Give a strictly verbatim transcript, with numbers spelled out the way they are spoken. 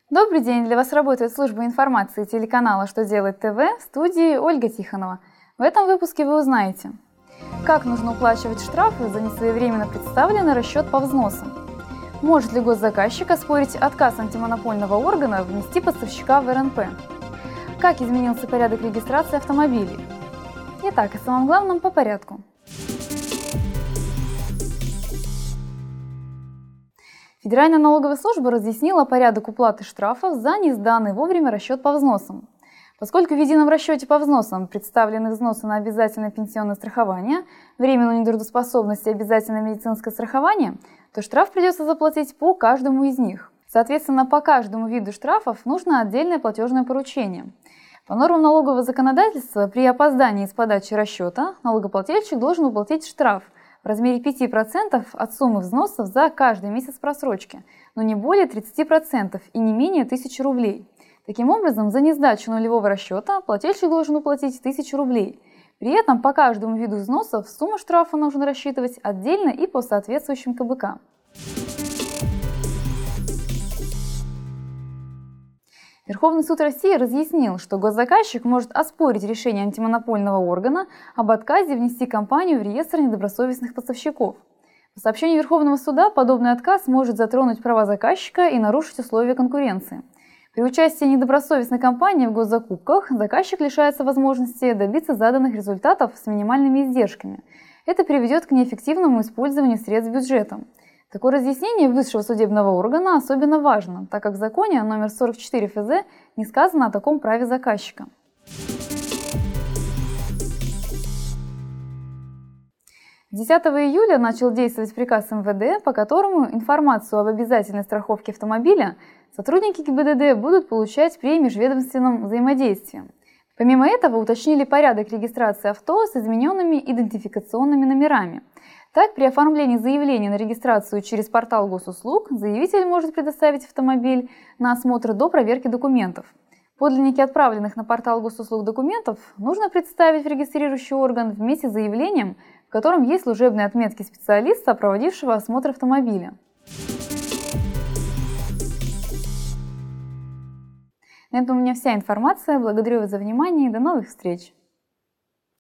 Добрый день! Для вас работает служба информации телеканала «Что делает ТВ», в студии Ольга Тихонова. В этом выпуске вы узнаете, как нужно уплачивать штрафы за несвоевременно представленный расчет по взносам, может ли госзаказчик оспорить отказ антимонопольного органа внести поставщика в эр эн пэ, как изменился порядок регистрации автомобилей. Итак, о самом главном по порядку. Федеральная налоговая служба разъяснила порядок уплаты штрафов за несданный вовремя расчет по взносам. Поскольку в едином расчете по взносам представлены взносы на обязательное пенсионное страхование, временную нетрудоспособность и обязательное медицинское страхование, то штраф придется заплатить по каждому из них. Соответственно, по каждому виду штрафов нужно отдельное платежное поручение. По нормам налогового законодательства, при опоздании с подачи расчета налогоплательщик должен уплатить штраф в размере пяти процентов от суммы взносов за каждый месяц просрочки, но не более тридцати процентов и не менее тысячи рублей. Таким образом, за несдачу нулевого расчета плательщик должен уплатить тысячу рублей. При этом по каждому виду взносов сумму штрафа нужно рассчитывать отдельно и по соответствующим ка бэ ка. Верховный суд России разъяснил, что госзаказчик может оспорить решение антимонопольного органа об отказе внести компанию в реестр недобросовестных поставщиков. По сообщению Верховного суда, подобный отказ может затронуть права заказчика и нарушить условия конкуренции. При участии недобросовестной компании в госзакупках заказчик лишается возможности добиться заданных результатов с минимальными издержками. Это приведет к неэффективному использованию средств бюджета. Такое разъяснение высшего судебного органа особенно важно, так как в законе номер сорок четыре эф зэ не сказано о таком праве заказчика. десятого июля начал действовать приказ эм вэ дэ, по которому информацию об обязательной страховке автомобиля сотрудники гэ бэ дэ дэ будут получать при межведомственном взаимодействии. Помимо этого уточнили порядок регистрации авто с измененными идентификационными номерами. Так, при оформлении заявления на регистрацию через портал госуслуг заявитель может предоставить автомобиль на осмотр до проверки документов. Подлинники отправленных на портал госуслуг документов нужно представить в регистрирующий орган вместе с заявлением, в котором есть служебные отметки специалиста, проводившего осмотр автомобиля. На этом у меня вся информация. Благодарю вас за внимание и до новых встреч!